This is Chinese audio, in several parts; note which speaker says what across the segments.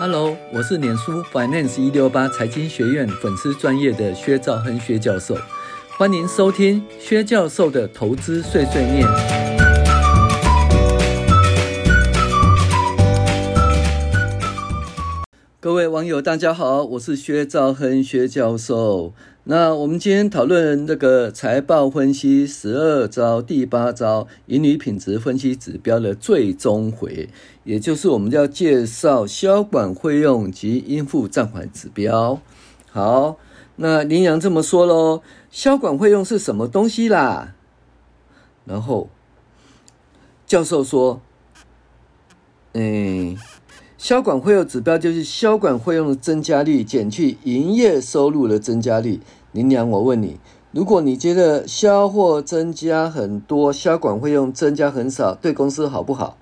Speaker 1: Hello， 我是脸书 Finance 168财经学院粉丝专业的薛兆亨薛教授，欢迎收听薛教授的投资碎碎念。各位网友大家好，我是薛兆亨薛教授。那我们今天讨论这个财报分析12招第8招盈余品质分析指标的最终回，也就是我们要介绍销管费用及应付账款指标。好，那林阳这么说咯，销管费用是什么东西啦？然后教授说销管费用指标就是销管费用的增加率减去营业收入的增加率。林良，我问你，如果你觉得销货增加很多，销管费用增加很少，对公司好不好？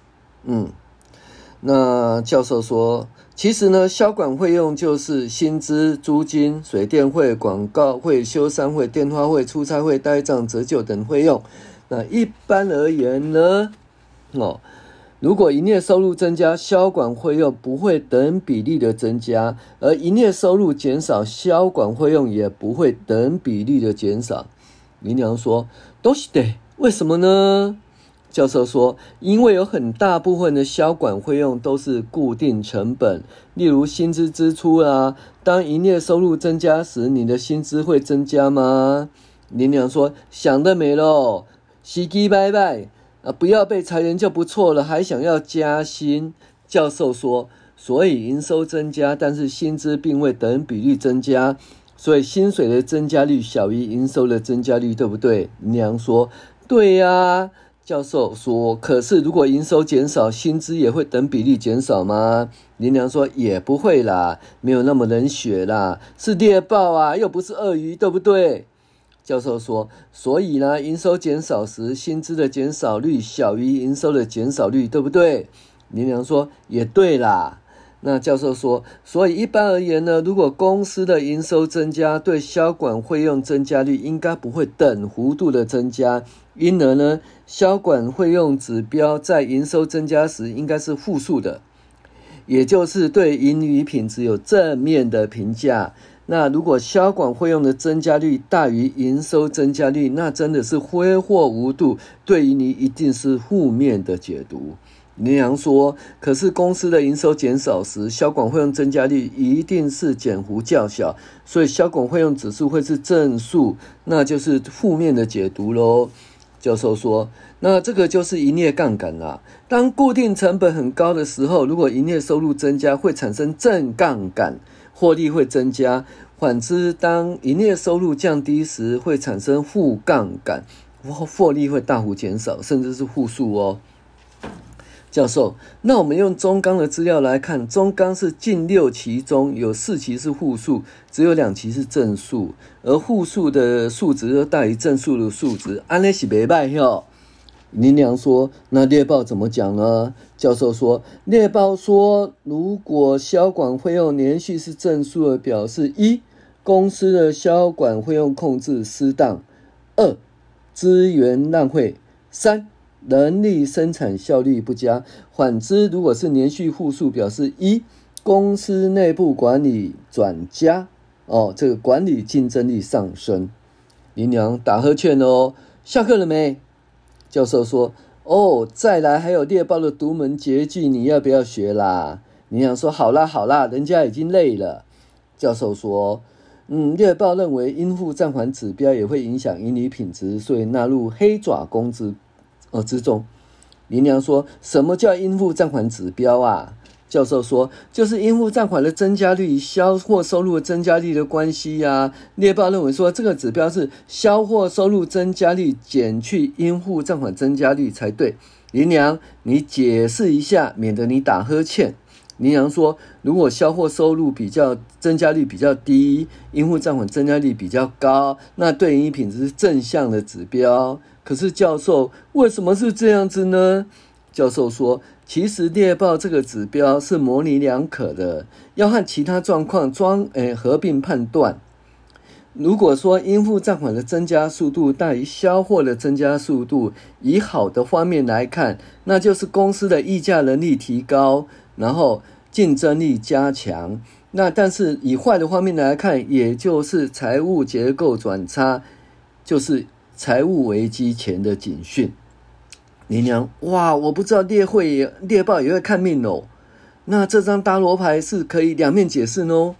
Speaker 1: 那教授说，其实呢，销管费用就是薪资、租金、水电费、广告费、修缮费、电话费、出差费、呆账、折旧等费用。那一般而言呢，如果营业收入增加，销管费用不会等比例的增加，而营业收入减少，销管费用也不会等比例的减少。林良说，都是的，为什么呢？教授说，因为有很大部分的销管费用都是固定成本，例如薪资支出啊，当营业收入增加时，你的薪资会增加吗？林良说，想得美咯，死鸡拜拜。不要被裁员就不错了，还想要加薪。教授说，所以营收增加，但是薪资并未等比例增加，所以薪水的增加率小于营收的增加率，对不对？林良说，对啊。教授说，可是如果营收减少，薪资也会等比例减少吗？林良说，也不会啦，没有那么冷血啦，是猎豹啊，又不是鳄鱼，对不对？教授说，所以呢，营收减少时，薪资的减少率小于营收的减少率，对不对？林良说，也对啦。那教授说，所以一般而言呢，如果公司的营收增加，对销管费用增加率应该不会等幅度的增加，因而呢，销管费用指标在营收增加时应该是负数的，也就是对盈余品质有正面的评价。那如果销管费用的增加率大于营收增加率，那真的是挥霍无度，对于你一定是负面的解读。林良说，可是公司的营收减少时，销管费用增加率一定是减幅较小，所以销管费用指数会是正数，那就是负面的解读咯。教授说，那这个就是营业杠杆啦。当固定成本很高的时候，如果营业收入增加，会产生正杠杆，获利会增加。反之，当营业收入降低时，会产生负杠杆，获利会大幅减少，甚至是负数哦。教授，那我们用中钢的资料来看，中钢是近6期中有4期是负数，只有2期是正数，而负数的数值都大于正数的数值，这样是不错哟。林良说，那猎豹怎么讲呢？教授说，猎豹说，如果销管费用连续是正数的，表示1，公司的销管费用控制失当；2，资源浪费；3，人力生产效率不佳。反之，如果是连续负数，表示1，公司内部管理转佳，这个管理竞争力上升。林良打呵欠哦，下课了没？教授说，再来还有猎豹的独门绝技，你要不要学啦？林良说，好啦，人家已经累了。教授说，猎豹认为应付账款指标也会影响盈余品质，所以纳入黑爪功之中。林良说，什么叫应付账款指标啊？教授说，就是应付账款的增加率与销货收入的增加率的关系啊。猎豹认为说，这个指标是销货收入增加率减去应付账款增加率才对。林良，你解释一下，免得你打呵欠。林良说，如果销货收入增加率比较低，应付账款增加率比较高，那对盈余品质是正向的指标。可是教授，为什么是这样子呢？教授说，其实猎豹这个指标是模棱两可的，要和其他状况合并判断。如果说应付账款的增加速度大于销货的增加速度，以好的方面来看，那就是公司的议价能力提高，然后竞争力加强。那但是以坏的方面来看，也就是财务结构转差，就是财务危机前的警讯。林娘，哇，我不知道猎豹也会看命哦。那这张大罗牌是可以两面解释呢。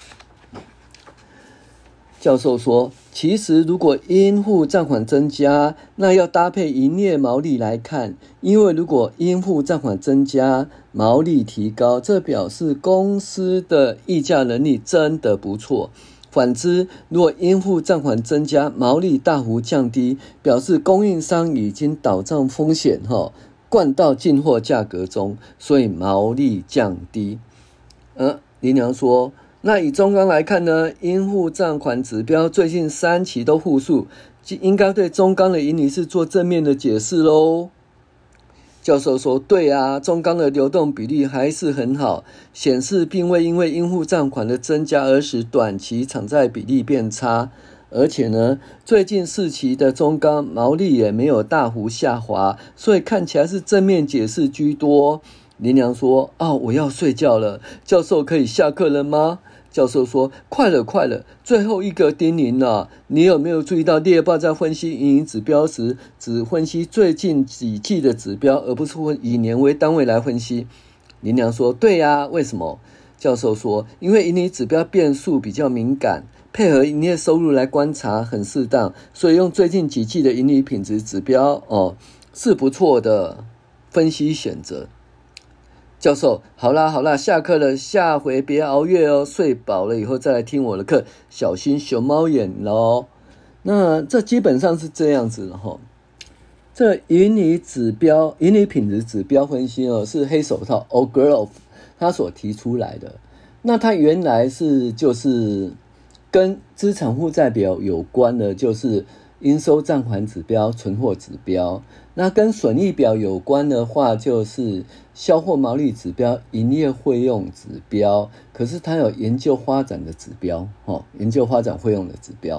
Speaker 1: 教授说，其实如果应付账款增加，那要搭配营业毛利来看，因为如果应付账款增加，毛利提高，这表示公司的议价能力真的不错。反之，如果应付账款增加，毛利大幅降低，表示供应商已经倒账风险灌到进货价格中，所以毛利降低。林娘说，那以中钢来看呢，应付账款指标最近3期都负数，应该对中钢的盈利是做正面的解释咯。教授说，对啊，中钢的流动比率还是很好，显示并未因为应付账款的增加而使短期偿债比例变差，而且呢，最近4期的中钢毛利也没有大幅下滑，所以看起来是正面解释居多。林娘说，我要睡觉了，教授可以下课了吗？教授说，快了，最后一个叮咛了，你有没有注意到猎豹在分析营运指标时，只分析最近几季的指标，而不是以年为单位来分析？林娘说，对啊，为什么？教授说，因为盈利指标变数比较敏感，配合营业收入来观察很适当，所以用最近几季的盈利品质指标是不错的分析选择。教授，好啦，下课了，下回别熬夜哦，睡饱了以后再来听我的课，小心熊猫眼咯。那这基本上是这样子的这盈利品质指标分析是黑手套 O'Grove 他所提出来的。那他原来就是跟资产负债表有关的，就是应收账款指标、存货指标。那跟损益表有关的话，就是销货毛利指标、营业费用指标。可是它有研究发展的指标，研究发展费用的指标。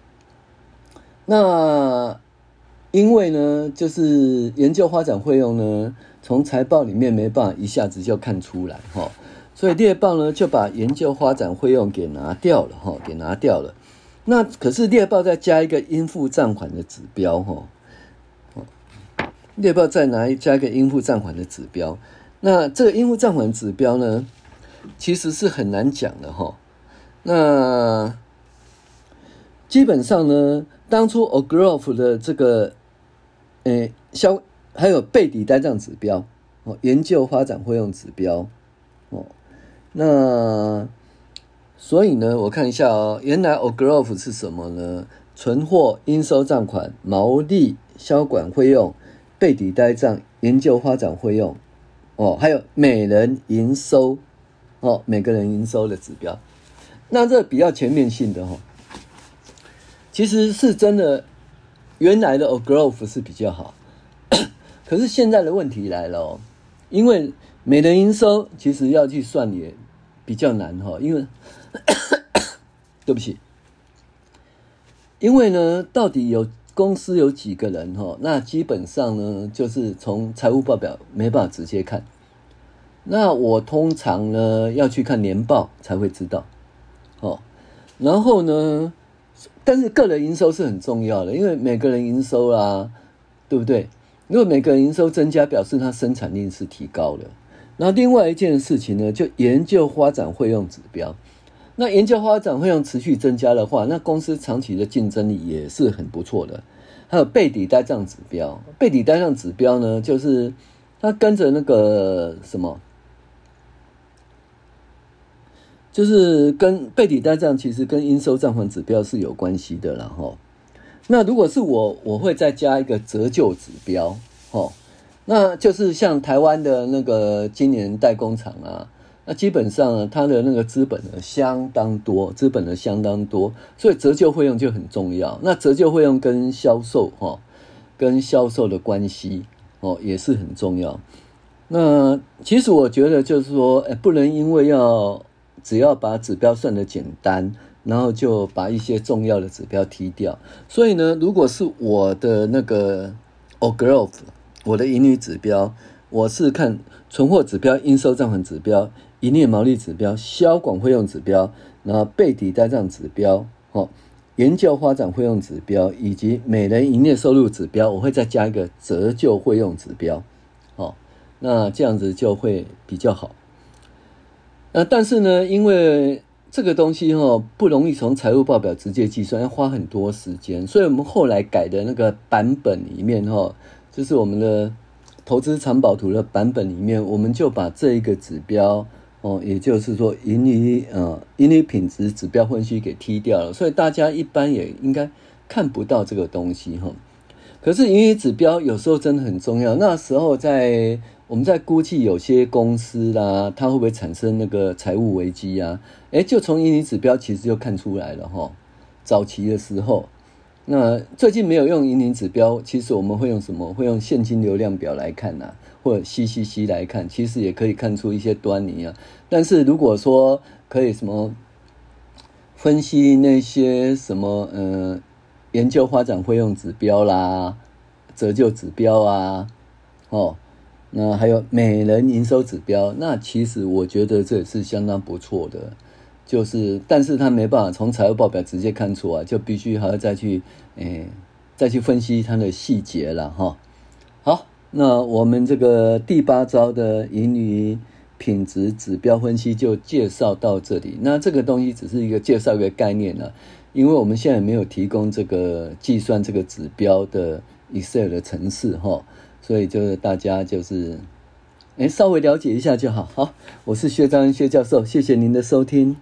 Speaker 1: 那因为呢，就是研究发展费用呢，从财报里面没办法一下子就看出来所以猎豹呢就把研究发展费用给拿掉了那可是猎豹再加一个应付账款的指标猎豹再加一个应付账款的指标。那这个应付账款指标呢，其实是很难讲的那基本上呢，当初 O'Grove 的这个还有备抵呆账指标研究发展费用指标那所以呢，我看一下原来 O'Grove 是什么呢？存货、应收账款、毛利、销管费用、备抵呆账、研究发展费用还有每人营收每个人营收的指标。那这比较全面性的其实是真的，原来的 O'Grove 是比较好。可是现在的问题来了因为每人营收其实要去算也比较难因为对不起，因为呢，到底公司有几个人那基本上呢，就是从财务报表没办法直接看。那我通常呢要去看年报才会知道然后呢，但是个人营收是很重要的，因为每个人营收啦，对不对？如果每个人营收增加，表示它生产力是提高了。然后另外一件事情呢，就研究发展费用指标。那研究发展费用持续增加的话，那公司长期的竞争力也是很不错的。还有备抵呆账指标，备抵呆账指标呢，就是它跟着那个什么，就是跟备抵呆账其实跟应收账款指标是有关系的啦那如果是我会再加一个折旧指标那就是像台湾的那个今年代工厂那基本上它的那个资本呢相当多，所以折旧费用就很重要。那折旧费用跟销售的关系也是很重要。那其实我觉得就是说不能因为只要把指标算得简单，然后就把一些重要的指标踢掉。所以呢，如果是我的那个 O'Grove 我的盈利指标，我是看存货指标、应收账款指标、 营业毛利指标、销管费用指标，然后备抵呆账指标，研究发展费用指标，以及每人营业收入指标，我会再加一个折旧费用指标，那这样子就会比较好。但是呢，因为这个东西不容易从财务报表直接计算，要花很多时间，所以我们后来改的那个版本里面就是我们的投资藏宝图的版本里面，我们就把这一个指标也就是说盈利品质指标分析给踢掉了，所以大家一般也应该看不到这个东西可是盈利指标有时候真的很重要，那时候我们在估计有些公司啦，它会不会产生那个财务危机啊？就从盈利指标其实就看出来了早期的时候，那最近没有用盈利指标，其实我们会用什么？会用现金流量表来看或者 CCC 来看，其实也可以看出一些端倪啊。但是如果说可以什么分析那些什么研究发展费用指标啦、折旧指标啊，那还有每人营收指标，那其实我觉得这也是相当不错的，但是它没办法从财务报表直接看出来，就必须还要再去分析它的细节了好，那我们这个第8招的盈余品质指标分析就介绍到这里。那这个东西只是介绍一个概念因为我们现在没有提供这个计算这个指标的 Excel 的程式所以就是大家稍微了解一下就好。好，我是薛章恩薛教授，谢谢您的收听。